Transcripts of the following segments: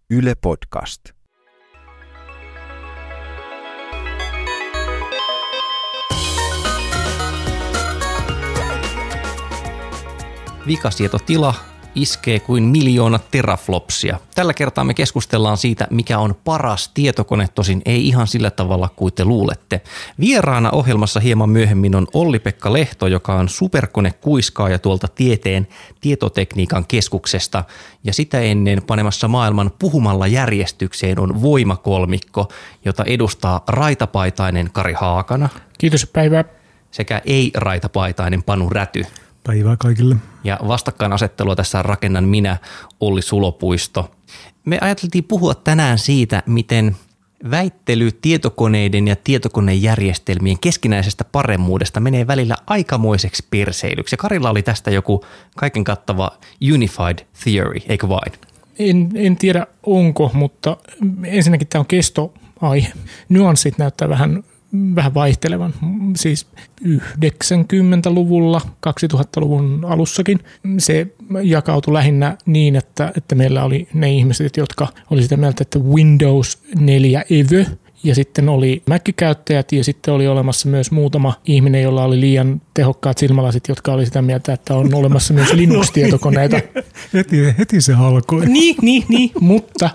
Yle Podcast. Vikasietotila iskee kuin 1,000,000 teraflopsia. Tällä kertaa me keskustellaan siitä, mikä on paras tietokone, tosin ei ihan sillä tavalla kuin te luulette. Vieraana ohjelmassa hieman myöhemmin on Olli-Pekka Lehto, joka on superkonekuiskaaja tuolta Tieteen tietotekniikan keskuksesta. Ja sitä ennen panemassa maailman puhumalla järjestykseen on voimakolmikko, jota edustaa raitapaitainen Kari Haakana. Kiitos, päivää. Sekä ei-raitapaitainen Panu Räty. Päivää kaikille. Ja vastakkainasettelua tässä rakennan minä, Olli Sulopuisto. Me ajateltiin puhua tänään siitä, miten väittely tietokoneiden ja tietokonejärjestelmien keskinäisestä paremmuudesta menee välillä aikamoiseksi perseilyksi. Ja Karilla oli tästä joku kaiken kattava unified theory, eikö vain? En tiedä onko, mutta ensinnäkin tämä on kestoaihe. Nyanssit näyttää vähän vaihtelevan. Siis 90-luvulla, 2000-luvun alussakin se jakautui lähinnä niin, että meillä oli ne ihmiset, jotka oli sitä mieltä, että Windows 4 evö, ja sitten oli Mac-käyttäjät, ja sitten oli olemassa myös muutama ihminen, jolla oli liian tehokkaat silmälasit, jotka oli sitä mieltä, että on olemassa myös Linux-tietokoneita. Heti se alkoi. Niin, mutta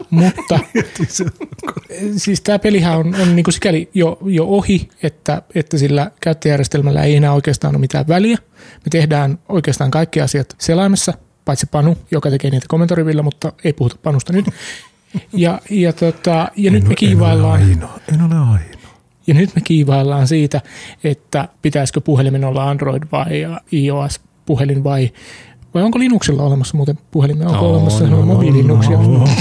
siis tämä pelihän on niin kuin sikäli jo ohi, että sillä käyttöjärjestelmällä ei enää oikeastaan ole mitään väliä. Me tehdään oikeastaan kaikki asiat selaimessa, paitsi Panu, joka tekee niitä kommentorivilla, mutta ei puhuta Panusta nyt. Ja nyt me kiivaillaan. En ole ainoa. Ja nyt me kiivaillaan siitä, että pitäisikö puhelimen olla Android vai iOS-puhelin vai onko Linuxilla olemassa muuten puhelimia? Onko olemassa mobiilinuksia?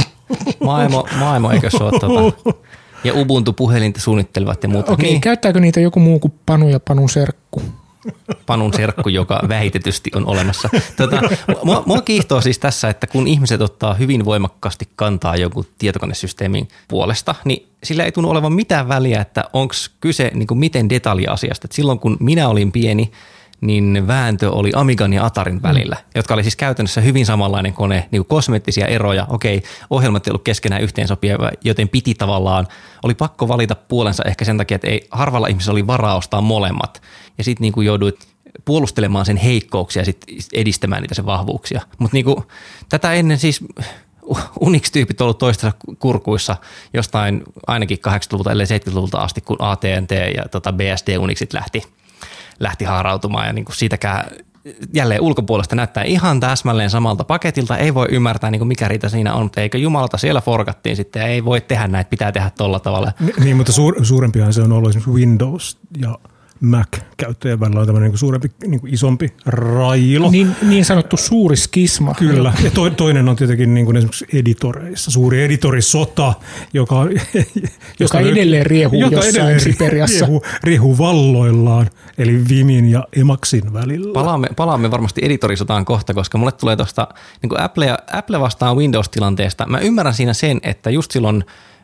Maailma eikö se ole ja Ubuntu-puhelinta suunnittelevat ja muuta. Okei, käyttääkö niitä joku muu kuin Panu ja Panun serkku? Panun serkku, joka väitetysti on olemassa. Mua kiihtoo siis tässä, että kun ihmiset ottaa hyvin voimakkaasti kantaa jonkun tietokonesysteemin puolesta, niin sillä ei tunnu olevan mitään väliä, että onko kyse niin kuin miten detalja-asiasta. Et silloin kun minä olin pieni, niin vääntö oli Amigan ja Atarin välillä, jotka oli siis käytännössä hyvin samanlainen kone, niin kuin kosmeettisia eroja. Okei, ohjelmat ei ollut keskenään yhteensopivia, joten piti tavallaan, oli pakko valita puolensa ehkä sen takia, että ei harvalla ihmisellä oli varaa ostaa molemmat. Ja sitten niin kuin jouduit puolustelemaan sen heikkouksia ja sitten edistämään niitä sen vahvuuksia. Mutta niin kuin tätä ennen siis Unix-tyypit on ollut toistensa kurkuissa jostain ainakin 80-luvulta, ellei 70-luvulta asti, kun AT&T ja BSD-Unixit lähti haarautumaan ja niin kuin siitäkään jälleen ulkopuolesta näyttää ihan täsmälleen samalta paketilta. Ei voi ymmärtää niin kuin mikä riita siinä on, mutta eikö jumalata siellä forkattiin sitten ja ei voi tehdä näitä, pitää tehdä tolla tavalla. Niin, mutta suurempihan se on ollut esimerkiksi Windows ja Mac-käyttäjän välillä on tämmöinen suurempi, niin kuin isompi railo. Niin sanottu suuri skisma. Kyllä. Ja toinen on tietenkin niin kuin esimerkiksi editoreissa. Suuri editorisota, joka edelleen riehuu jossain Siperiassa. Riehuu valloillaan, eli Vimin ja Emaxin välillä. Palaamme varmasti editorisotaan kohta, koska mulle tulee tuosta niin kuin Apple vastaan Windows-tilanteesta. Mä ymmärrän siinä sen, että just silloin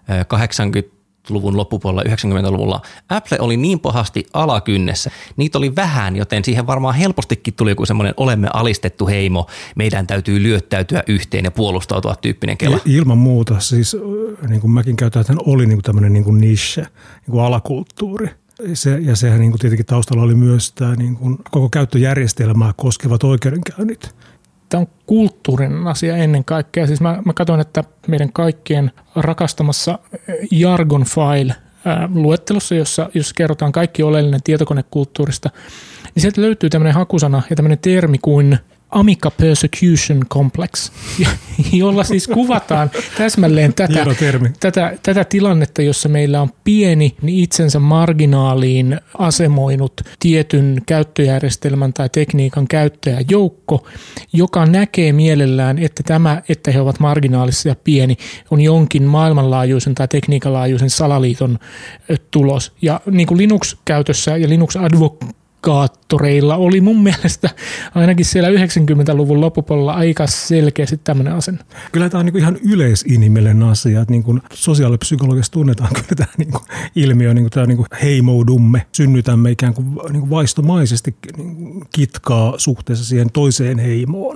80-luvun loppupuolella 90-luvulla Apple oli niin pahasti alakynnessä. Niitä oli vähän, joten siihen varmaan helpostikin tuli joku semmoinen olemme alistettu heimo, meidän täytyy lyöttäytyä yhteen ja puolustautua tyyppinen kela. Ilman muuta, siis niin kuin mäkin käytän, oli niin kuin tämmöinen niin kuin niche, niin kuin alakulttuuri. Ja sehän niin kuin tietenkin taustalla oli myös tämä niin kuin koko käyttöjärjestelmää koskevat oikeudenkäynnit. Tämä on kulttuurinen asia ennen kaikkea. Siis mä katson, että meidän kaikkien rakastamassa Jargon File-luettelossa, jossa kerrotaan kaikki oleellinen tietokonekulttuurista, niin sieltä löytyy tämmöinen hakusana ja tämmöinen termi kuin Amiga Persecution Complex, jolla siis kuvataan täsmälleen tätä tilannetta, jossa meillä on pieni niin itsensä marginaaliin asemoinut tietyn käyttöjärjestelmän tai tekniikan käyttäjäjoukko, joka näkee mielellään, että he ovat marginaalissa ja pieni, on jonkin maailmanlaajuisen tai tekniikanlaajuisen salaliiton tulos. Ja niin kuin Linux-käytössä ja Linux-advokaattoreilla oli mun mielestä ainakin siellä 90-luvun loppupuolella aika selkeästi tämmöinen asenne. Kyllä tämä on niin ihan yleisinhimillinen asia, että niin kuin sosiaalipsykologiassa tunnetaan kyllä tämä niin kuin ilmiö, niin kuin tämä niin kuin heimoudumme, synnytämme ikään kuin vaistomaisesti niin kuin kitkaa suhteessa siihen toiseen heimoon.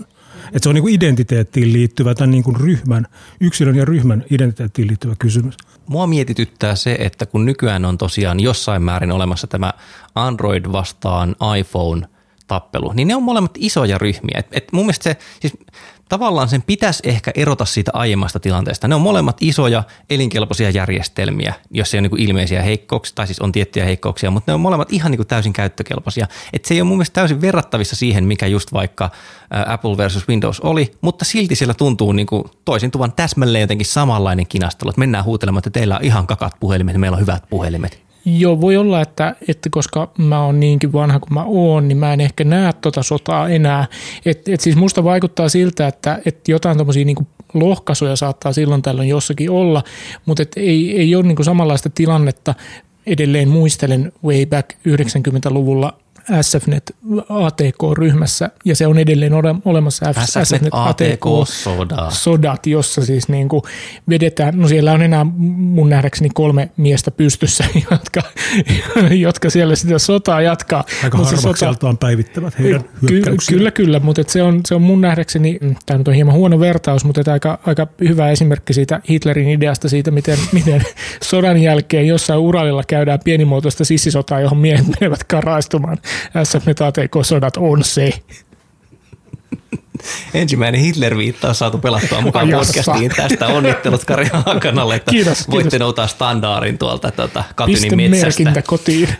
Että se on niin kuin identiteettiin liittyvä, tai niin kuin yksilön ja ryhmän identiteettiin liittyvä kysymys. Mua mietityttää se, että kun nykyään on tosiaan jossain määrin olemassa tämä Android vastaan iPhone-tappelu, niin ne on molemmat isoja ryhmiä. Et mun mielestä se, siis tavallaan sen pitäisi ehkä erota siitä aiemmasta tilanteesta. Ne on molemmat isoja elinkelpoisia järjestelmiä, jos ei ole niin kuin ilmeisiä heikkouksia, tai siis on tiettyjä heikkouksia, mutta ne on molemmat ihan niin kuin täysin käyttökelpoisia. Et se ei ole mun mielestä täysin verrattavissa siihen, mikä just vaikka Apple versus Windows oli, mutta silti siellä tuntuu niin kuin toisintuvan täsmälleen jotenkin samanlainen kinastelu, että mennään huutelemaan, että teillä on ihan kakat puhelimet ja meillä on hyvät puhelimet. Joo, voi olla, että koska mä oon niinkin vanha kuin mä oon, niin mä en ehkä näe tota sotaa enää. Et siis musta vaikuttaa siltä, että jotain tommosia niinku lohkaisuja saattaa silloin tällöin jossakin olla, mutta ei ole niinku samanlaista tilannetta. Edelleen muistelen way back 90-luvulla SFNet ATK-ryhmässä, ja se on edelleen olemassa SFNet ATK-sodat, jossa siis niin kuin vedetään, no siellä on enää mun nähdäkseni 3 miestä pystyssä, jotka siellä sitä sotaa jatkaa. Aika harvakseltaan päivittävät heidän hyökkäyksiä. Kyllä, mutta se on mun nähdäkseni, tämä nyt on hieman huono vertaus, mutta aika hyvä esimerkki siitä Hitlerin ideasta siitä, miten sodan jälkeen jossain Uralilla käydään pienimuotoista sissisotaa, johon miehet menevät karaistumaan. SFNet ATK-sodat on se. Ensimmäinen Hitler-viittaus saatu pelattua mukaan podcastiin. Tästä onnittelut Kari Haakanalle, että kiitos, voitte noutaa standardin tuolta Katynin metsästä. Pistemerkintä kotiin.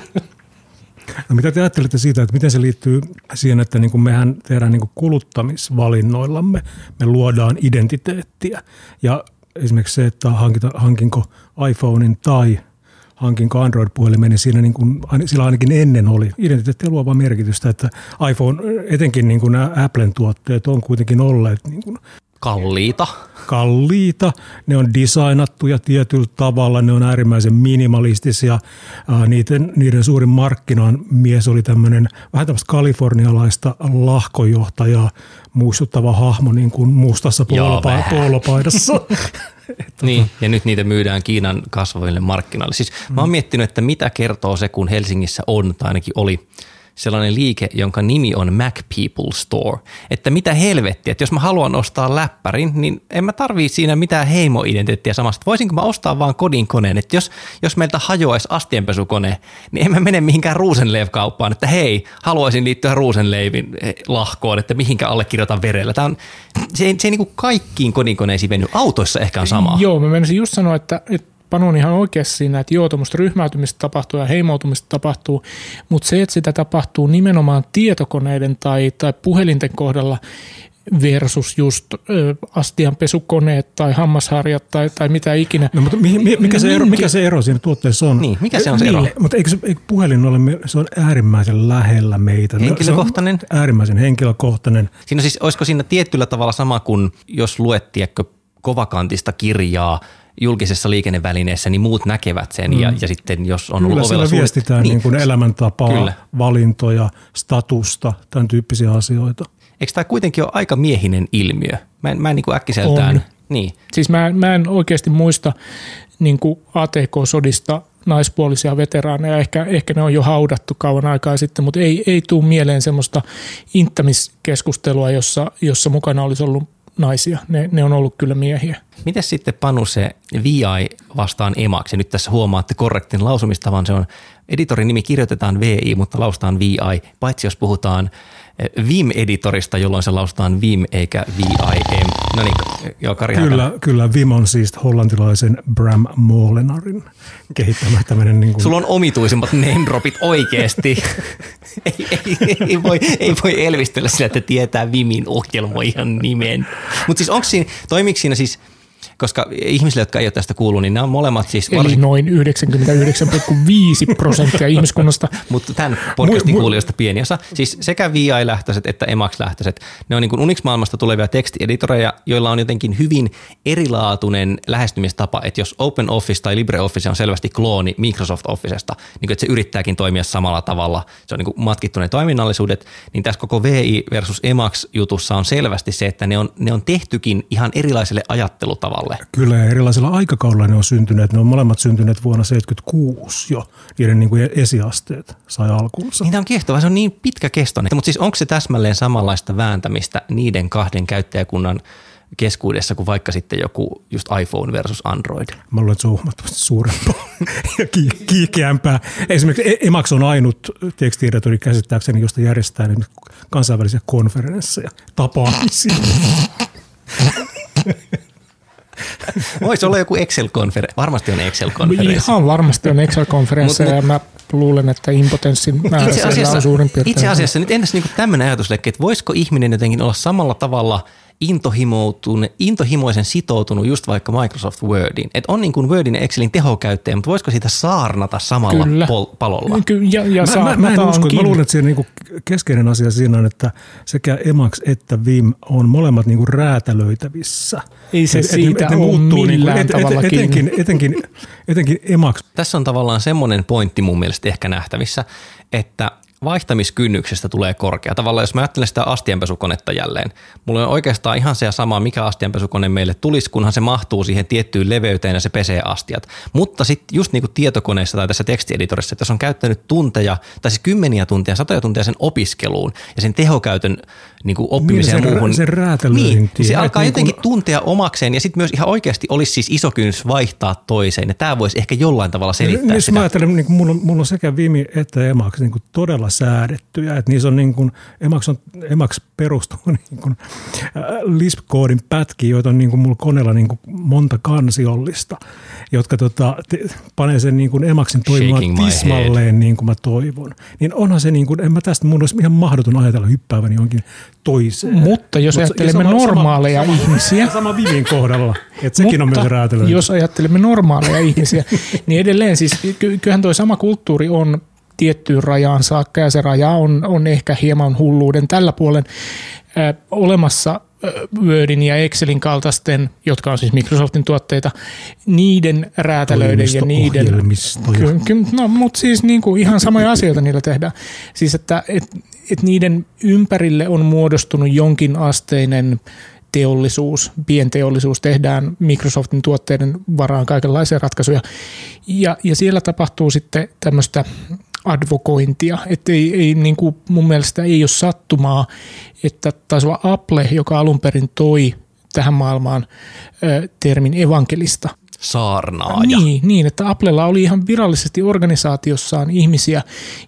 No, mitä te ajattelette siitä, että miten se liittyy siihen, että niin kuin mehän tehdään niin kuin kuluttamisvalinnoillamme, me luodaan identiteettiä. Ja esimerkiksi se, että hankinko iPhonein tai hankinko Android-puhelimen, niin siinä niin kuin, sillä ainakin ennen oli identiteettiä luovaa merkitystä, että iPhone, etenkin niin kuin nämä Applen tuotteet on kuitenkin olleet niin kuin kalliita, ne on designattuja tietyllä tavalla, ne on äärimmäisen minimalistisia. Niiden suurin markkinamies oli tämmöinen vähän tämmöistä kalifornialaista lahkojohtajaa muistuttava hahmo niin kuin mustassa poolopaidassa. Niin, ja nyt niitä myydään Kiinan kasvaville markkinoille. Siis mä oon miettinyt, että mitä kertoo se, kun Helsingissä on, tai ainakin oli sellainen liike, jonka nimi on Mac People Store. Että mitä helvettiä, että jos mä haluan ostaa läppärin, niin en mä tarvii siinä mitään heimoidentiteettiä samasta. Voisinko mä ostaa vaan kodinkoneen, että jos meiltä hajoaisi astianpesukone, niin en mä mene mihinkään Rosenlev-kauppaan, että hei, haluaisin liittyä Rosenlevin lahkoon, että mihinkä allekirjoitan verellä. Se ei niin kuin kaikkiin kodinkoneisiin mennyt. Autoissa ehkä on sama. Joo, mä menisin just sanoa, että Panu on ihan oikeassa siinä, että joo, tuommoista ryhmäytymistä tapahtuu ja heimoutumista tapahtuu, mutta se, että sitä tapahtuu nimenomaan tietokoneiden tai puhelinten kohdalla versus just astianpesukoneet tai hammasharjat tai mitä ikinä. No, mutta mikä se ero siinä tuotteessa on? Niin, mikä se on se ero? Mutta eikö puhelin ole, se on äärimmäisen lähellä meitä. Henkilökohtainen? Se on äärimmäisen henkilökohtainen. Siinä siis, olisiko siinä tietyllä tavalla sama kuin jos luet, tiedätkö, kovakantista kirjaa julkisessa liikennevälineessä, niin muut näkevät sen ja sitten jos on ollut ovella kyllä siellä viestitään niin kuin elämäntapaa, kyllä, valintoja, statusta, tämän tyyppisiä asioita. Eikö tämä kuitenkin ole aika miehinen ilmiö? Mä en niin kuin äkkiseltään. On. Niin. Siis mä en oikeasti muista niin kuin ATK-sodista naispuolisia veteraaneja. Ehkä ne on jo haudattu kauan aikaa sitten, mutta ei tule mieleen semmoista inttämiskeskustelua, jossa mukana olisi ollut naisia. Ne on ollut kyllä miehiä. Mites sitten Panu se VI vastaan Emacs? Ja nyt tässä huomaatte korrektin lausumistavan. Se on editorin nimi, kirjoitetaan VI, mutta lausutaan VI, paitsi jos puhutaan Vim-editorista, jolloin se lausutaan Vim eikä VIM. No niin, joo, Kari Kyllä, Vim on siis hollantilaisen Bram Molenarin kehittämä tämmöinen. Niin kuin sulla on omituisimmat name dropit oikeasti. ei voi elvistellä sillä, että tietää Vimin ohjelmoijan nimen. Mutta siis toimiiko siinä siis, koska ihmisille, jotka ei ole tästä kuullut, niin nämä on molemmat siis eli noin 99,5% ihmiskunnasta. Mutta tämän podcastin kuulijoista pieni osa. Siis sekä VI-lähtöiset että Emacs-lähtöiset. Ne on niin kuin Unix-maailmasta tulevia tekstieditoreja, joilla on jotenkin hyvin erilaatuinen lähestymistapa, että jos OpenOffice tai LibreOffice on selvästi klooni Microsoft Officesta, niin että se yrittääkin toimia samalla tavalla, se on niin kuin matkittu ne toiminnallisuudet, niin tässä koko VI versus Emacs-jutussa on selvästi se, että ne on tehtykin ihan erilaiselle ajattelutavalle. ole. Kyllä, ja erilaisilla aikakaudella ne on syntyneet. Ne on molemmat syntyneet vuonna 1976 jo. Niiden niin kuin esiasteet sai alkuunsa. Niitä on kiehtovaa, se on niin pitkäkestoinen. Mutta siis onko se täsmälleen samanlaista vääntämistä niiden kahden käyttäjäkunnan keskuudessa kuin vaikka sitten joku just iPhone versus Android? Mä luulen, että se on huomattavasti suurempaa ja kiikeämpää. Esimerkiksi Emacs on ainut tekstieditori käsittääkseni, josta järjestetään kansainvälisiä konferensseja, tapaamisia. Voisi olla joku Excel-konferenssi. Varmasti on Excel-konferenssi. Ihan varmasti on Excel-konferenssi ja mä luulen, että impotenssin määrä siellä on suurin piirtein. Itse asiassa nyt entäs niinku tämmöinen ajatusleikki, että voisiko ihminen jotenkin olla samalla tavalla intohimoisen sitoutunut just vaikka Microsoft Wordiin. Että on niin kuin Wordin ja Excelin tehokäyttäjä, mutta voisiko siitä saarnata samalla palolla? Mä en usko. Mä luulen, että se niinku keskeinen asia siinä on, että sekä Emacs että Vim on molemmat niinku räätälöitävissä. Ei se siitä ole millään tavalla kiinni. Etenkin Emacs. Tässä on tavallaan semmoinen pointti mun mielestä ehkä nähtävissä, että vaihtamiskynnyksestä tulee korkea. Tavallaan jos mä ajattelen sitä astianpesukonetta jälleen, mulla on oikeastaan ihan se sama, mikä astianpesukone meille tulisi, kunhan se mahtuu siihen tiettyyn leveyteen ja se pesee astiat. Mutta sitten just niin kuin tietokoneessa tai tässä tekstieditorissa, että jos on käyttänyt tunteja, tai siis kymmeniä tunteja, satoja tunteja sen opiskeluun ja sen tehokäytön niin kuin oppimiseen ja muuhun. Se räätälöinti. Niin, se alkaa jotenkin tuntea omakseen ja sitten myös ihan oikeasti olisi siis iso kynnys vaihtaa toiseen ja tämä voisi ehkä jollain tavalla selittää sitä. Mä ajattelen, niin mulla on sekä Vim että Emacs niin kuin todella säädettyjä, että niissä on niin kuin, Emacs perustuu niin kuin Lisp-koodin pätkiin, joita on niin kuin mulla koneella niin kuin monta kansiollista, jotka panee sen niin kuin Emacsin toimimaan tismalleen niin kuin mä toivon. Niin onhan se niin kuin, mun olisi ihan mahdoton ajatella hyppääväni johonkin toiseen. Mutta jos ajattelemme normaaleja ihmisiä. Sama Vimin kohdalla, että sekin on myös räätälöity. Jos ajattelemme normaaleja ihmisiä, niin edelleen siis kyllähän toi sama kulttuuri on tiettyyn rajaan saakka ja se raja on ehkä hieman hulluuden tällä puolen olemassa Wordin ja Excelin kaltaisten, jotka on siis Microsoftin tuotteita, niiden räätälöiden ja niiden, no mutta siis niin kuin ihan samoja asioita niillä tehdään. Siis että niiden ympärille on muodostunut jonkin asteinen teollisuus, pienteollisuus, tehdään Microsoftin tuotteiden varaan kaikenlaisia ratkaisuja ja siellä tapahtuu sitten tämmöistä advokointia, että ei niin kuin mun mielestä ei ole sattumaa, että taisi olla Apple, joka alun perin toi tähän maailmaan termin evankelista. Saarnaaja. Niin, että Applella oli ihan virallisesti organisaatiossaan ihmisiä,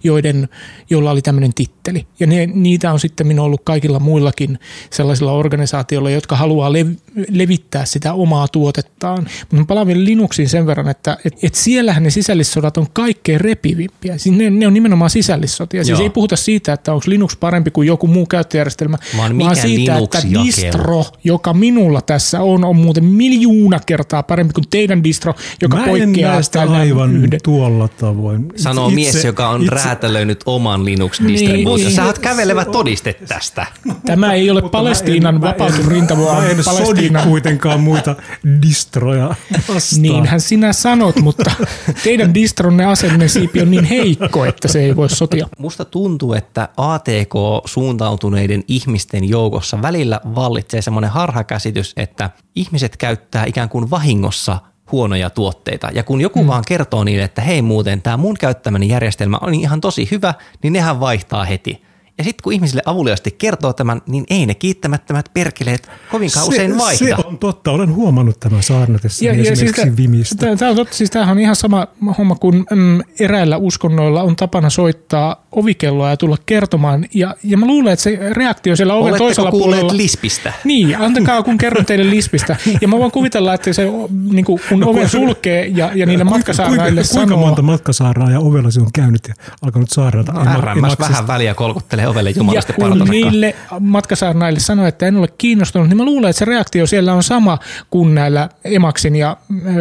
joilla oli tämmöinen titteli. Ja niitä on sitten ollut kaikilla muillakin sellaisilla organisaatioilla, jotka haluaa levittää sitä omaa tuotettaan. Mutta palaan vielä Linuxiin sen verran, että siellähän ne sisällissodat on kaikkein repivimpiä. Siis ne on nimenomaan sisällissotia. Siis ei puhuta siitä, että onko Linux parempi kuin joku muu käyttöjärjestelmä, vaan siitä, että distro, joka minulla tässä on muuten 1,000,000 kertaa parempi kuin teidän distro, joka poikkeaa tällä aivan tuolla tavoin. Sanoo mies, joka on räätälöinyt oman Linux-distribuution. Niin. Sä oot kävelevä todiste tästä. Tämä ei ole Palestiinan vapautusrinta, vaan en sodi kuitenkaan muita distroja vastaan. Niinhän sinä sanot, mutta teidän distronne aseellinen siipi on niin heikko, että se ei voi sotia. Musta tuntuu, että ATK-suuntautuneiden ihmisten joukossa välillä vallitsee semmoinen harhakäsitys, että ihmiset käyttää ikään kuin vahingossa huonoja tuotteita. Ja kun joku vaan kertoo niille, että hei muuten, tämä mun käyttämäni järjestelmä on ihan tosi hyvä, niin nehän vaihtaa heti. Ja sitten kun ihmisille avuliasti kertoo tämän, niin ei ne kiittämättömät perkeleet kovinkaan usein vaihda. Se on totta. Olen huomannut tämän saarnatessa esimerkiksi Vimistä. Tämä on totta. Siis tämähän on ihan sama homma kuin eräillä uskonnoilla on tapana soittaa ovikelloa ja tulla kertomaan. Ja mä luulen, että se reaktio siellä oven toisella puolella... Oletteko kuulleet Lispistä? Niin, antakaa kun kerron teille Lispistä. Ja mä voin kuvitella, että se niin kun oven sulkee ja niille matkasaaraille sanoo... Kuinka monta matkasaaraa ja ovella se on käynyt ja alkanut saarnata? Vähän väliä kolkuttelee ovelle ja kun niille matkasaarnaille sanoo, että en ole kiinnostunut, niin mä luulen, että se reaktio siellä on sama kuin näillä Emacsin ja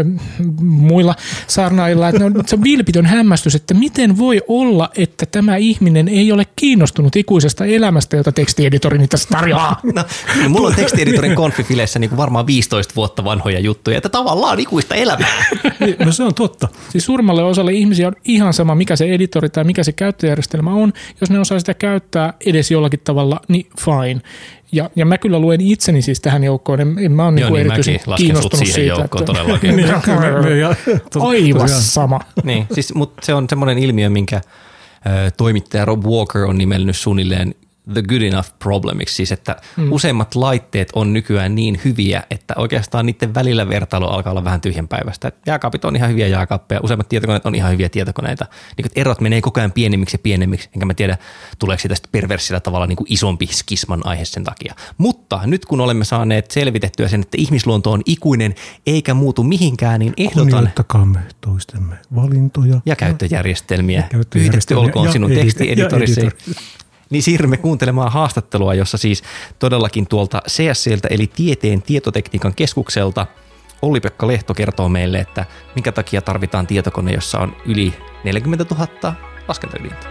muilla saarnailla. Että se on vilpitön hämmästys, että miten voi olla, että tämä ihminen ei ole kiinnostunut ikuisesta elämästä, jota tekstieditori tässä tarjoaa. No, mulla on tekstieditorin konfifileissä niin varmaan 15 vuotta vanhoja juttuja, että tavallaan ikuista elämää. No se on totta. Siis suurimmalle osalle ihmisiä on ihan sama, mikä se editori tai mikä se käyttöjärjestelmä on, jos ne osaa sitä käyttää ymmärtää edes jollakin tavalla, niin fine. Ja mä kyllä luen itseni siis tähän joukkoon, en mä ole niin erityisen kiinnostunut siitä. Joukkoon todellakin. Aivan sama. Niin, siis, mutta se on semmoinen ilmiö, minkä toimittaja Rob Walker on nimellyt suunnilleen the good enough problemiksi, siis että useimmat laitteet on nykyään niin hyviä, että oikeastaan niiden välillä vertailu alkaa olla vähän tyhjänpäiväistä. Jääkaapit on ihan hyviä jääkaappeja, useimmat tietokoneet on ihan hyviä tietokoneita. Niin erot menee koko ajan pienemmiksi ja pienemmiksi, enkä mä tiedä, tuleeko siitä perversillä tavalla niin kuin isompi skisman aihe sen takia. Mutta nyt kun olemme saaneet selvitettyä sen, että ihmisluonto on ikuinen eikä muutu mihinkään, niin ehdotan... Kunnioittakaamme toistemme valintoja. Ja käyttöjärjestelmiä. Pyhitetty olkoon sinun tekstieditorisi. Niin siirrymme kuuntelemaan haastattelua, jossa siis todellakin tuolta CSC:ltä eli Tieteen tietotekniikan keskukselta Olli-Pekka Lehto kertoo meille, että minkä takia tarvitaan tietokone, jossa on yli 40 000 laskentaydintä.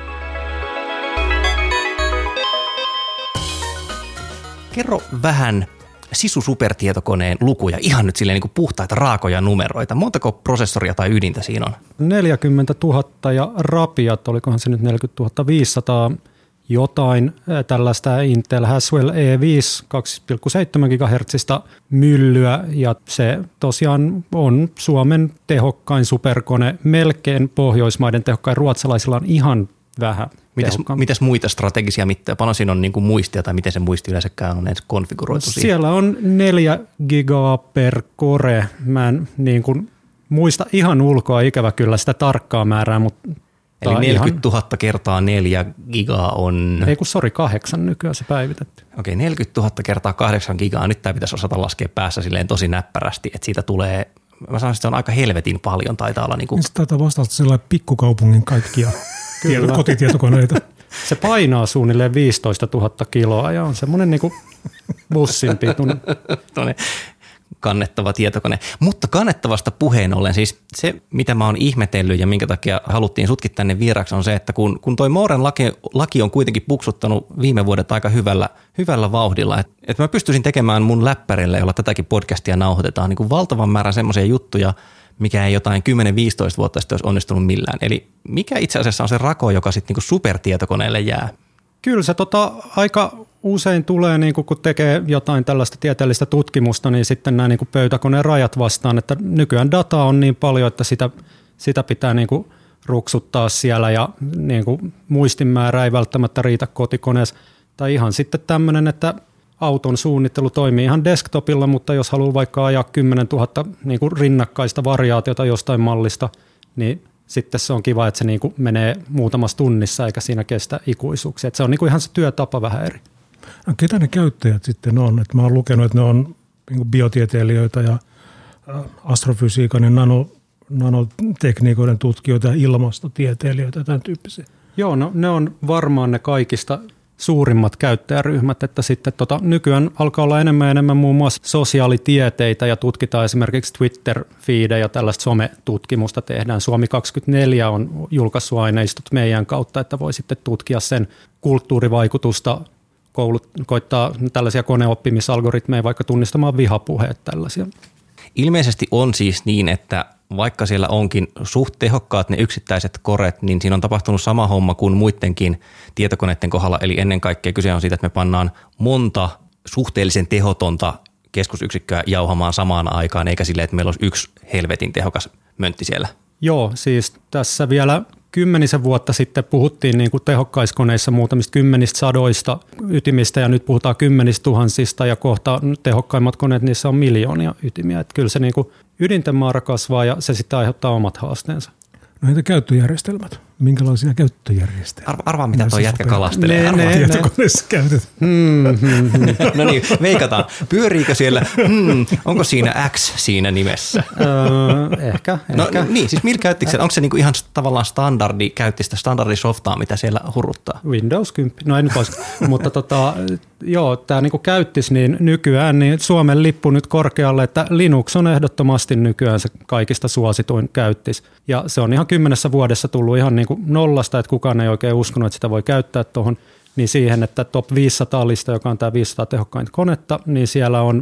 Kerro vähän SISU-supertietokoneen lukuja, ihan nyt silleen niin kuin puhtaita raakoja numeroita. Montako prosessoria tai ydintä siinä on? 40 000 ja rapiat, olikohan se nyt 40 500 jotain tällaista Intel Haswell E5 2,7 GHz myllyä ja se tosiaan on Suomen tehokkain superkone, melkein Pohjoismaiden tehokkain, ruotsalaisilla on ihan vähän. Mitäs muita strategisia mittoja? Paljon siinä on niin kuin muistia tai miten se muisti yleensäkään on edes konfiguroitu? Siellä on 4 gigaa per core. Mä en niin kuin muista ihan ulkoa ikävä kyllä sitä tarkkaa määrää, mutta eli 40 000 kertaa 4 gigaa on... 8 nykyään se päivitetty. Okei, 40 000 kertaa 8 gigaa. Nyt tämä pitäisi osata laskea päässä silleen tosi näppärästi, että siitä tulee... Mä sanoisin, että se on aika helvetin paljon, taitaa olla niin kuin... Se taitaa vastata sellainen pikkukaupungin kaikkia kotitietokoneita. Se painaa suunnilleen 15 000 kiloa ja on semmoinen niin kuin bussin pituinen. Kannettava tietokone. Mutta kannettavasta puheen ollen, siis se, mitä mä oon ihmetellyt ja minkä takia haluttiin sutkin tänne vieraksi, on se, että kun toi Mooren laki on kuitenkin puksuttanut viime vuodet aika hyvällä vauhdilla, että mä pystyisin tekemään mun läppärille, jolla tätäkin podcastia nauhoitetaan, niin kuin valtavan määrän semmoisia juttuja, mikä ei jotain 10-15 vuotta sitten olisi onnistunut millään. Eli mikä itse asiassa on se rako, joka sitten niin supertietokoneelle jää? Kyllä se aika usein tulee, niin kun tekee jotain tällaista tieteellistä tutkimusta, niin sitten nämä niin pöytäkoneen rajat vastaan, että nykyään dataa on niin paljon, että sitä pitää niin ruksuttaa siellä ja niin muistinmäärä ei välttämättä riitä kotikoneessa. Tai ihan sitten tämmöinen, että auton suunnittelu toimii ihan desktopilla, mutta jos haluaa vaikka ajaa 10 000 niin rinnakkaista variaatiota jostain mallista, niin sitten se on kiva, että se niin kuin menee muutamassa tunnissa eikä siinä kestä ikuisuuksia. Että se on niin kuin ihan se työtapa vähän eri. No, ketä ne käyttäjät sitten on? Että mä oon lukenut, että ne on niin kuin biotieteilijöitä ja astrofysiikan ja nanotekniikoiden tutkijoita ja ilmastotieteilijöitä ja tämän tyyppisiä. Joo, no ne on varmaan ne kaikista suurimmat käyttäjäryhmät, että sitten nykyään alkaa olla enemmän muun muassa sosiaalitieteitä ja tutkitaan esimerkiksi Twitter-feedejä ja tällaista sometutkimusta tehdään. Suomi 24 on julkaissut aineistot meidän kautta, että voi sitten tutkia sen kulttuurivaikutusta, koittaa tällaisia koneoppimisalgoritmeja vaikka tunnistamaan vihapuheet tällaisia. Ilmeisesti on siis niin, että vaikka siellä onkin suht tehokkaat ne yksittäiset koret, niin siinä on tapahtunut sama homma kuin muidenkin tietokoneiden kohdalla. Eli ennen kaikkea kyse on siitä, että me pannaan monta suhteellisen tehotonta keskusyksikköä jauhamaan samaan aikaan, eikä silleen, että meillä olisi yksi helvetin tehokas möntti siellä. Joo, siis tässä vielä 10 vuotta sitten puhuttiin niin kuin tehokkaiskoneissa muutamista 10 sadoista ytimistä ja nyt puhutaan 10 000 ja kohta tehokkaimmat koneet, niissä on miljoonia ytimiä. Että kyllä se niin kuin ydinten määrä kasvaa ja se sitten aiheuttaa omat haasteensa. No entä käyttöjärjestelmät? Minkälaisia käyttöjärjestelmiä? Arvaa, mitä tuo jätkä kalastelee. Tietokoneessa käytetään. No niin, veikataan. Pyöriikö siellä, onko siinä X siinä nimessä? Ehkä. No niin, siis millä käyttikö se? Onko se niinku ihan tavallaan käytti sitä standardisoftaa, mitä siellä hurruttaa? Windows 10, no ei nyt olisi, mutta joo, tämä niinku käyttis niin nykyään niin Suomen lippu nyt korkealle, että Linux on ehdottomasti nykyään se kaikista suosituin käyttis. Ja se on ihan 10 vuodessa tullut ihan niin kuin nollasta, että kukaan ei oikein uskonut, että sitä voi käyttää tuohon, niin siihen, että top 500-lista, joka on tämä 500 tehokkainta konetta, niin siellä on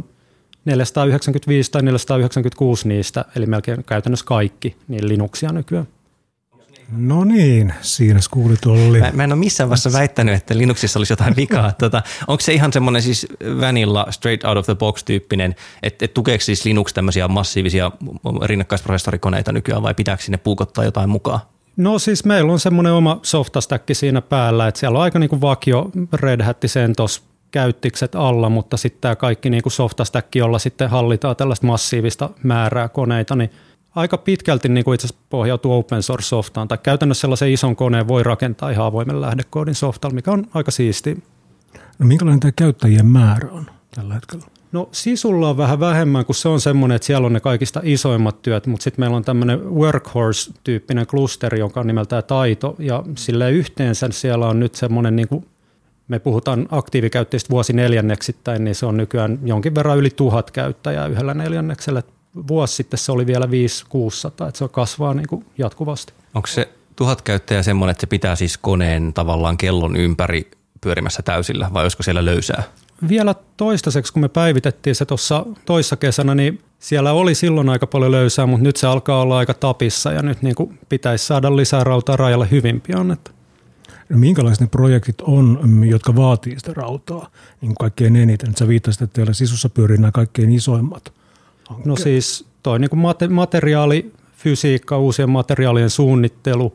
495 tai 496 niistä, eli melkein käytännössä kaikki, niin Linuxia nykyään. No niin, siinä kuulit Olli. Mä en ole missään vaiheessa väittänyt, että Linuxissa olisi jotain vikaa. Onko se ihan semmoinen siis vanilla straight out of the box -tyyppinen, että tukeeko siis Linux tämmöisiä massiivisia rinnakkaisprosessorikoneita nykyään vai pitääkö sinne puukottaa jotain mukaan? No siis meillä on semmoinen oma softastäkki siinä päällä, että siellä on aika niin kuin vakio Red Hat CentOS käyttikset alla, mutta sitten tämä kaikki niin kuin softastäkki, jolla sitten hallitaan tällaista massiivista määrää koneita, niin aika pitkälti niin kuin itse asiassa pohjautuu open source softaan, tai käytännössä sellaisen ison koneen voi rakentaa ihan avoimen lähdekoodin softalla, mikä on aika siistiä. No minkälainen tämä käyttäjien määrä on tällä hetkellä? No Sisulla on vähän vähemmän, kun se on semmoinen, että siellä on ne kaikista isoimmat työt, mutta sitten meillä on tämmöinen workhorse-tyyppinen klusteri, joka on nimeltään Taito, ja silleen yhteensä siellä on nyt semmoinen, niin kuin me puhutaan aktiivikäyttäjistä vuosineljänneksittäin, niin se on nykyään jonkin verran yli 1000 käyttäjää yhdellä neljänneksellä. Vuosi sitten se oli vielä 500-600, että se kasvaa niin kuin jatkuvasti. Onko se 1000 käyttäjää semmoinen, että se pitää siis koneen tavallaan kellon ympäri pyörimässä täysillä, vai olisiko siellä löysää? Vielä toistaiseksi, kun me päivitettiin se tuossa toissa kesänä, niin siellä oli silloin aika paljon löysää, mutta nyt se alkaa olla aika tapissa ja nyt niin kuin pitäisi saada lisää rautaa rajalle hyvin pian. No minkälaiset ne projektit on, jotka vaatii sitä rautaa niin kaikkein eniten? Sä viittasit, että teillä Sisussa pyörii nämä kaikkein isoimmat hankkeet. No siis toi niin kuin materiaalifysiikka, uusien materiaalien suunnittelu,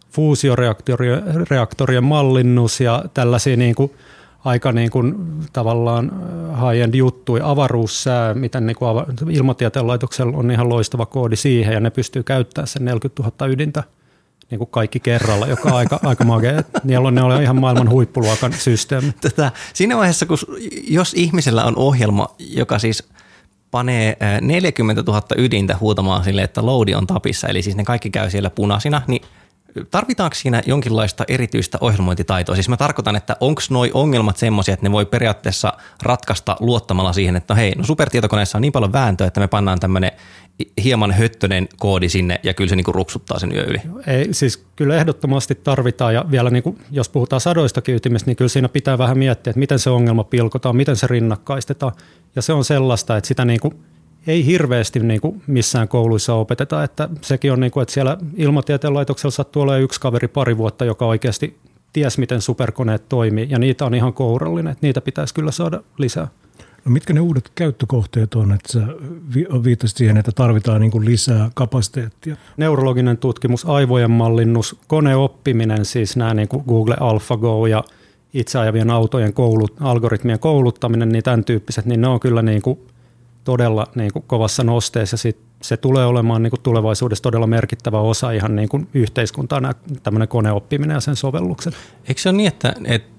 fuusioreaktorien mallinnus ja tällaisia niin kuin aika niin kuin tavallaan high-end juttuja, avaruussää, miten niin kuin ilmatieteen laitoksella on ihan loistava koodi siihen ja ne pystyy käyttämään sen 40 000 ydintä niin kuin kaikki kerralla, joka on aika magea. Ne on ihan maailman huippuluokan systeemi. Siinä vaiheessa, jos ihmisellä on ohjelma, joka siis panee 40 000 ydintä huutamaan sille, että loadi on tapissa, eli siis ne kaikki käy siellä punaisina, niin tarvitaanko siinä jonkinlaista erityistä ohjelmointitaitoa? Siis mä tarkoitan, että onko nuo ongelmat semmoisia, että ne voi periaatteessa ratkaista luottamalla siihen, että no hei, no supertietokoneessa on niin paljon vääntöä, että me pannaan tämmöinen hieman höttönen koodi sinne ja kyllä se niinku rupsuttaa sen yö yli. Ei, siis kyllä ehdottomasti tarvitaan ja vielä niinku, jos puhutaan sadoistakin ytimistä, niin kyllä siinä pitää vähän miettiä, että miten se ongelma pilkotaan, miten se rinnakkaistetaan ja se on sellaista, että sitä niinku ei hirveästi niinku missään kouluissa opeteta, että sekin on, niinku, että siellä ilmatieteen laitoksella sattuu olemaan yksi kaveri pari vuotta, joka oikeasti ties, miten superkoneet toimii, ja niitä on ihan kourallinen, että niitä pitäisi kyllä saada lisää. No mitkä ne uudet käyttökohteet on, että sä viittasit siihen, että tarvitaan niinku lisää kapasiteettia? Neurologinen tutkimus, aivojen mallinnus, koneoppiminen, siis nämä niinku Google AlphaGo ja itseajavien autojen algoritmien kouluttaminen, niin tämän tyyppiset, niin ne on kyllä niinku todella niin kuin kovassa nosteessa. Se tulee olemaan niin kuin tulevaisuudessa todella merkittävä osa ihan niin kuin yhteiskuntaa, tämmöinen koneoppiminen ja sen sovellukset. Eikö se ole niin, että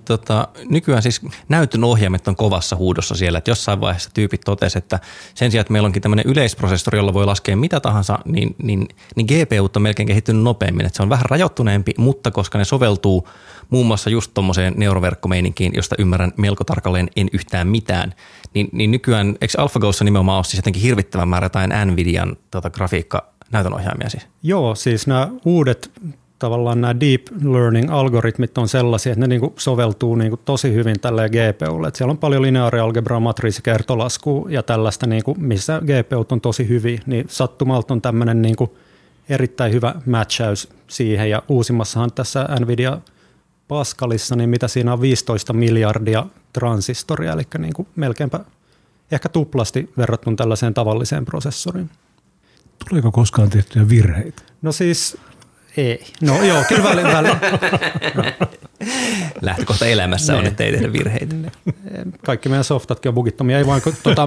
nykyään siis näytön ohjaimet on kovassa huudossa siellä, että jossain vaiheessa tyypit totesi, että sen sijaan, että meillä onkin tämmöinen yleisprosessori, jolla voi laskea mitä tahansa, niin GPU on melkein kehittynyt nopeammin, että se on vähän rajoittuneempi, mutta koska ne soveltuu muun muassa just tuommoiseen neuroverkkomeininkiin, josta ymmärrän melko tarkalleen en yhtään mitään, niin nykyään, eikö AlphaGossa nimenomaan ole siis jotenkin hirvittävän määrä jotain NVIDIan grafiikka-näytönohjaimia siis? Joo, siis nämä uudet tavallaan nämä deep learning-algoritmit on sellaisia, että ne niinku soveltuu niinku tosi hyvin tälleen GPUlle. Et siellä on paljon lineaarialgebraa, matriisikertolaskua ja tällaista, niinku, missä GPUt on tosi hyviä, niin sattumalta on tämmöinen niinku erittäin hyvä matchaus siihen. Ja uusimmassahan tässä NVIDIA Pascalissa, niin mitä siinä on 15 miljardia transistoria, eli niinku melkeinpä ehkä tuplasti verrattuna tällaiseen tavalliseen prosessoriin. Tuleeko koskaan tehtyä virheitä? No siis ei. No joo, kyllä väliin. No. Lähtökohta elämässä on, että ei tehdä virheitä. Kaikki meidän softatkin on bugittomia. Ei vaan,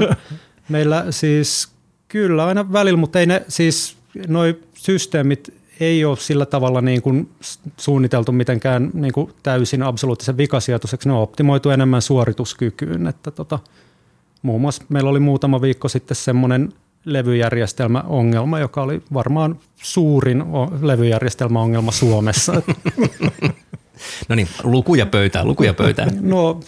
meillä siis kyllä aina välillä, mutta ei ne siis noi systeemit ei ole sillä tavalla niin kuin suunniteltu mitenkään niin kuin täysin absoluuttisen vikasietoiseksi. Ne on optimoitu enemmän suorituskykyyn. Että muun muassa meillä oli muutama viikko sitten semmoinen levyjärjestelmäongelma, joka oli varmaan suurin levyjärjestelmäongelma Suomessa. No niin, lukuja pöytään. No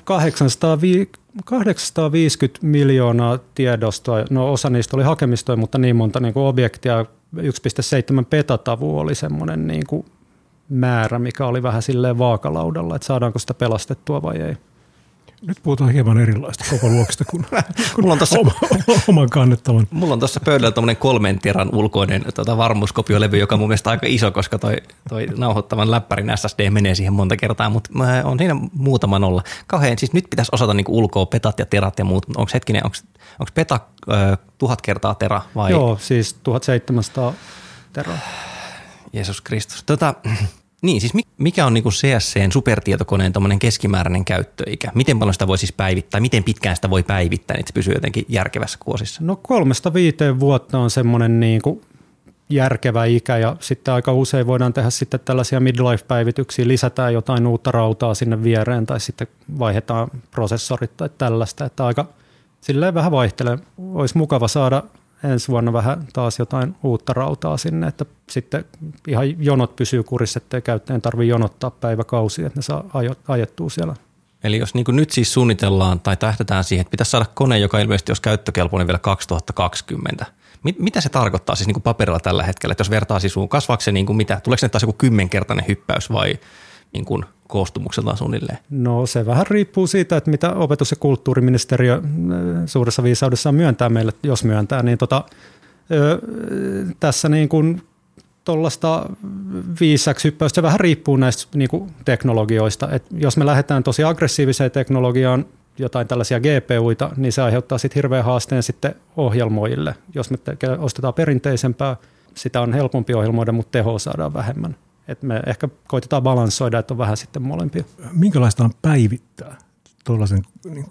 850 miljoonaa tiedostoa, no osa niistä oli hakemistoja, mutta niin monta niin kuin objektia, 1,7 petatavua oli semmoinen niin kuin määrä, mikä oli vähän silleen vaakalaudalla, että saadaanko sitä pelastettua vai ei. Nyt puhutaan hieman erilaista koko luokista kuin mulla on tossa, oman kannettavan. Mulla on tuossa pöydällä tuommoinen 3 teran ulkoinen varmuuskopiolevy, joka on mun mielestä aika iso, koska toi nauhoittavan läppärin SSD menee siihen monta kertaa, mutta on siinä muutama nolla. Kauhean, siis nyt pitäisi osata niinku ulkoa petat ja terat ja muut. Onko peta 1000 kertaa tera vai? Joo, siis 1700 teraa. Jeesus Kristus. Niin, siis mikä on niinku CSC:n supertietokoneen tommoinen keskimääräinen käyttöikä? Miten paljon sitä voi siis päivittää? Miten pitkään sitä voi päivittää, niin se pysyy jotenkin järkevässä kuosissa? No 3-5 vuotta on semmoinen niinku järkevä ikä ja sitten aika usein voidaan tehdä sitten tällaisia midlife-päivityksiä, lisätään jotain uutta rautaa sinne viereen tai sitten vaihdetaan prosessorit tai tällaista, että aika silleen vähän vaihtelee. Olisi mukava saada ensi vuonna vähän taas jotain uutta rautaa sinne, että sitten ihan jonot pysyy kurissa, ettei käyttäjän tarvitse jonottaa päiväkausia, että ne saa ajettua siellä. Eli jos niin kuin nyt siis suunnitellaan tai tähdätään siihen, että pitäisi saada kone, joka ilmeisesti olisi käyttökelpoinen vielä 2020. Mitä se tarkoittaa siis niin kuin paperilla tällä hetkellä, että jos vertaa sisuun, kasvaako se niin kuin mitä? Tuleeko se taas joku 10-kertainen hyppäys vai niin kuin koostumukseltaan suunnilleen? No se vähän riippuu siitä, että mitä opetus- ja kulttuuriministeriö suuressa viisaudessaan myöntää meille, jos myöntää, niin tässä niin kuin tuollaista 5x-hyppäystä, se vähän riippuu näistä niin kuin teknologioista. Et jos me lähdetään tosi aggressiiviseen teknologiaan, jotain tällaisia GPUita, niin se aiheuttaa sitten hirveän haasteen sitten ohjelmoijille. Jos me ostetaan perinteisempää, sitä on helpompi ohjelmoida, mutta tehoa saadaan vähemmän. Et me ehkä koitetaan balanssoida, että on vähän sitten molempia. Minkälaista on päivittää tuollaisen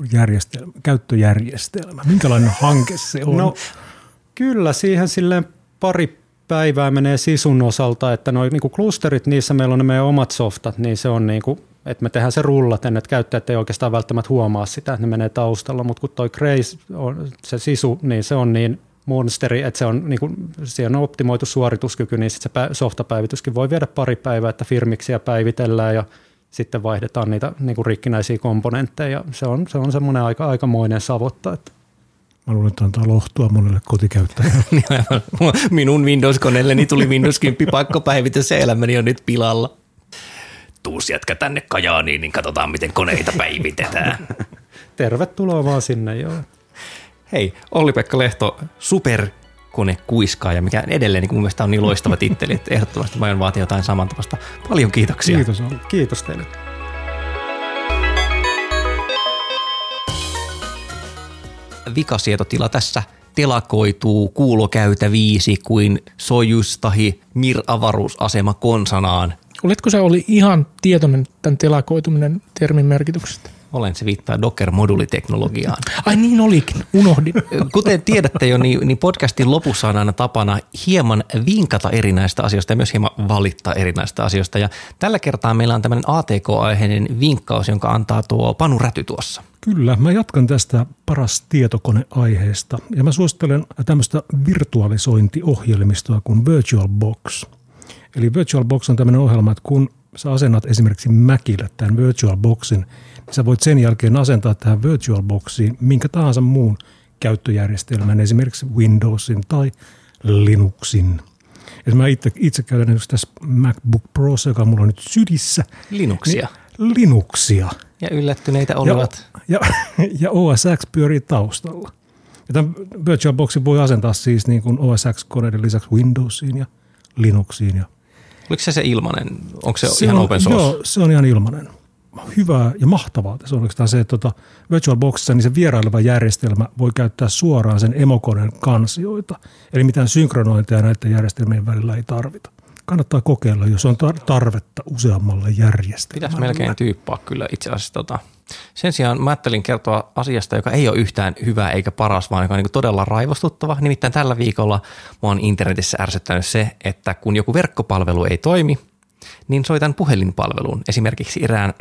käyttöjärjestelmä? Minkälainen hanke se on? No, kyllä siihen silleen pari päivää menee sisun osalta, että noi niinku klusterit, niissä meillä on ne meidän omat softat, niin se on niinku, että me tehdään se rullaten, että käyttäjät ei oikeastaan välttämättä huomaa sitä, että ne menee taustalla, mutta kun toi Grace, se sisu, niin se on niin monsteri, että se on, niinku, siihen on optimoitu suorituskyky, niin sitten se softapäivityskin voi viedä pari päivää, että firmiksiä päivitellään ja sitten vaihdetaan niitä niinku rikkinäisiä komponentteja. Se on semmoinen aikamoinen savotta. Että. Mä luulen, että antaa lohtua monelle kotikäyttäjälle. Minun Windows-koneelleni tuli Windows 10 pakkopäivitys ja elämäni on nyt pilalla. Tuus jätkä tänne Kajaaniin, niin katsotaan miten koneita päivitetään. Tervetuloa vaan sinne, joo. Hei, Olli-Pekka Lehto, superkonekuiskaaja, mikä edelleen niin mun mielestä on niin loistava titteli, että ehdottomasti mä aion vaatia jotain samantapasta. Paljon kiitoksia. Kiitos Olli. Kiitos teille. Vikasietotila tässä telakoituu kuulokäytäviisi kuin Sojus tahi Mir-avaruusasema konsanaan. Oletko sä Olli ihan tietoinen tämän telakoituminen termin merkityksestä? Olen, se viittaa Docker-moduliteknologiaan. Ai niin olikin, unohdin. Kuten tiedätte jo, niin podcastin lopussa on aina tapana hieman vinkata erinäistä asioista ja myös hieman valittaa erinäistä asioista. Ja tällä kertaa meillä on tämmöinen ATK-aiheinen vinkkaus, jonka antaa tuo Panu Räty tuossa. Kyllä, mä jatkan tästä paras tietokoneaiheesta ja mä suosittelen tämmöistä virtualisointiohjelmistoa kuin VirtualBox. Eli VirtualBox on tämmöinen ohjelma, että kun sä asennat esimerkiksi Macille tämän VirtualBoxin, niin sä voit sen jälkeen asentaa tähän VirtualBoxiin minkä tahansa muun käyttöjärjestelmän, esimerkiksi Windowsin tai Linuxin. Ja mä itse käytän tässä MacBook Prossa, joka mulla on nyt sydissä. Linuxia. Niin, Linuxia. Ja yllättyneitä olivat. Ja OS X pyörii taustalla. Ja tämän VirtualBoxin voi asentaa siis niin kuin OS X-koneiden lisäksi Windowsiin ja Linuxiin. Ja oliko se ilmainen? Onko se ihan open source? Joo, se on ihan ilmainen. Hyvää ja mahtavaa tässä on oikeastaan se, että VirtualBoxissa niin se vieraileva järjestelmä voi käyttää suoraan sen emokoneen kansioita. Eli mitään synkronointia näiden järjestelmien välillä ei tarvita. Kannattaa kokeilla, jos on tarvetta useammalle järjestelmälle. Pitäisi melkein tyyppaa kyllä itse asiassa. Sen sijaan mä ajattelin kertoa asiasta, joka ei ole yhtään hyvä eikä paras, vaan joka on niin todella raivostuttava. Nimittäin tällä viikolla mä oon internetissä ärsyttänyt se, että kun joku verkkopalvelu ei toimi, niin soitan puhelinpalveluun. Esimerkiksi erään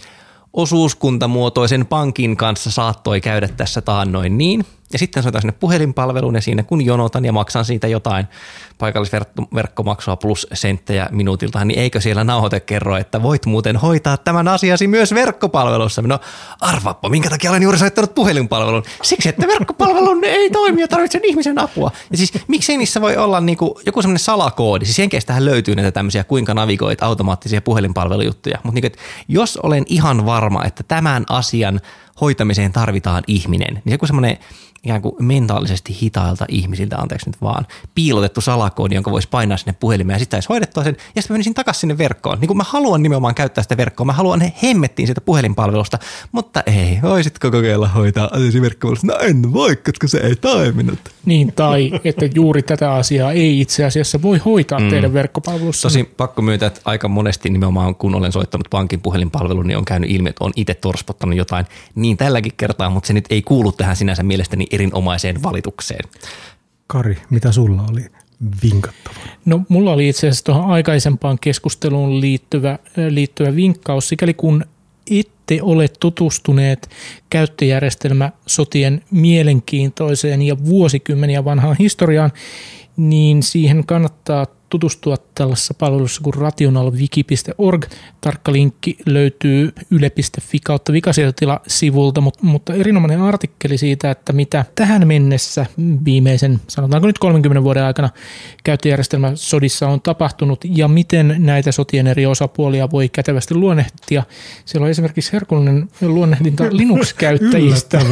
osuuskuntamuotoisen pankin kanssa saattoi käydä tässä taannoin niin. Ja sitten soitan sinne puhelinpalveluun ja siinä kun jonotan ja maksan siitä jotain paikallisverkkomaksua plus senttejä minuutilta, niin eikö siellä nauhoite kerro, että voit muuten hoitaa tämän asiasi myös verkkopalvelussa. No arvaappa, minkä takia olen juuri soittanut puhelinpalvelun? Siksi, että verkkopalvelun ei toimi ja tarvitsen ihmisen apua. Ja siis miksei niissä voi olla niinku joku semmoinen salakoodi? Siis Jenkeistähän löytyy näitä tämmöisiä kuinka navigoit automaattisia puhelinpalvelujuttuja. Mutta niinku, jos olen ihan varma, että tämän asian hoitamiseen tarvitaan ihminen. Niin se kun semmoinen ikään kuin mentaalisesti hitailta ihmisiltä, anteeksi nyt vaan, piilotettu salakoodi, jonka voisi painaa sinne puhelimeen ja sitten saisi hoidettua sen, ja sitten menisin takaisin sinne verkkoon. Niin kun mä haluan nimenomaan käyttää sitä verkkoa, mä haluan hemmettiin sitä puhelinpalvelusta, mutta ei, voisitko kokeilla hoitaa verkkopalvelusta? No en voi, koska se ei toiminut. Niin, tai että juuri tätä asiaa ei itse asiassa voi hoitaa teidän verkkopalvelussa. Tosin pakko myöntää, että aika monesti nimenomaan, kun olen soittanut pankin puhelinpalveluun, niin on käynyt ilmi, että on itse torspottanut jotain niin tälläkin kertaa, mutta se nyt ei kuulu tähän sinänsä mielestäni erinomaiseen valitukseen. Kari, mitä sulla oli vinkattavaa? No mulla oli itse asiassa tuohon aikaisempaan keskusteluun liittyvä vinkkaus, sikäli kun ette ole tutustuneet käyttöjärjestelmäsotien mielenkiintoiseen ja vuosikymmeniä vanhaan historiaan, niin siihen kannattaa tutustua tällaisessa palvelussa kuin rationalwiki.org. Tarkka linkki löytyy yle.fi/vikasietotila-sivulta, mutta erinomainen artikkeli siitä, että mitä tähän mennessä viimeisen, sanotaanko nyt 30 vuoden aikana käyttöjärjestelmäsodissa on tapahtunut ja miten näitä sotien eri osapuolia voi kätevästi luonnehtia. Siellä on esimerkiksi herkullinen luonnehdinta Linux-käyttäjistä,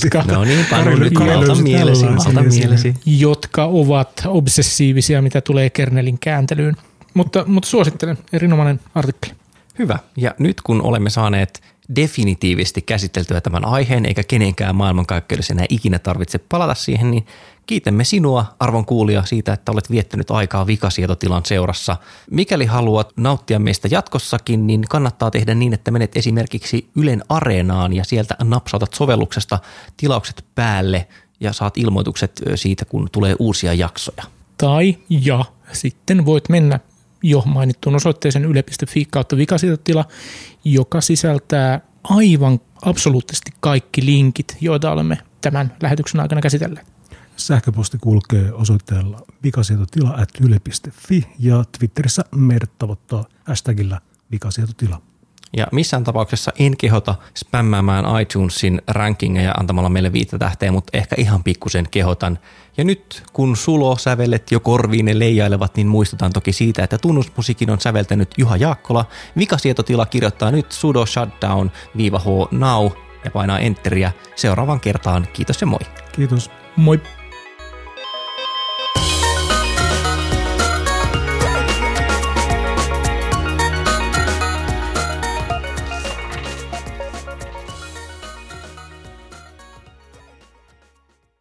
jotka ovat obsessiivisia, mitä tulee kernelin kääntelyyn. Mutta suosittelen, erinomainen artikkeli. Hyvä. Ja nyt kun olemme saaneet definitiivisesti käsiteltyä tämän aiheen, eikä kenenkään maailmankaikkeudessa enää ikinä tarvitse palata siihen, niin kiitämme sinua, arvon kuulija, siitä, että olet viettänyt aikaa Vikasietotilan seurassa. Mikäli haluat nauttia meistä jatkossakin, niin kannattaa tehdä niin, että menet esimerkiksi Ylen Areenaan ja sieltä napsautat sovelluksesta tilaukset päälle ja saat ilmoitukset siitä, kun tulee uusia jaksoja. Ja sitten voit mennä jo mainittuun osoitteeseen yle.fi/vikasietotila, joka sisältää aivan absoluuttisesti kaikki linkit, joita olemme tämän lähetyksen aikana käsitelleet. Sähköposti kulkee osoitteella vikasietotila@yle.fi ja Twitterissä meidät tavoittaa hashtagillä vikasietotila. Ja missään tapauksessa en kehota spämmäämään iTunesin rankingeja antamalla meille 5 tähteä, mutta ehkä ihan pikkusen kehotan. Ja nyt kun Sulo-sävelet jo korviin leijailevat, niin muistutan toki siitä, että tunnusmusiikin on säveltänyt Juha Jaakkola. Vikasietotila kirjoittaa nyt sudo shutdown-h now ja painaa enteriä. Seuraavaan kertaan. Kiitos ja moi. Kiitos. Moi.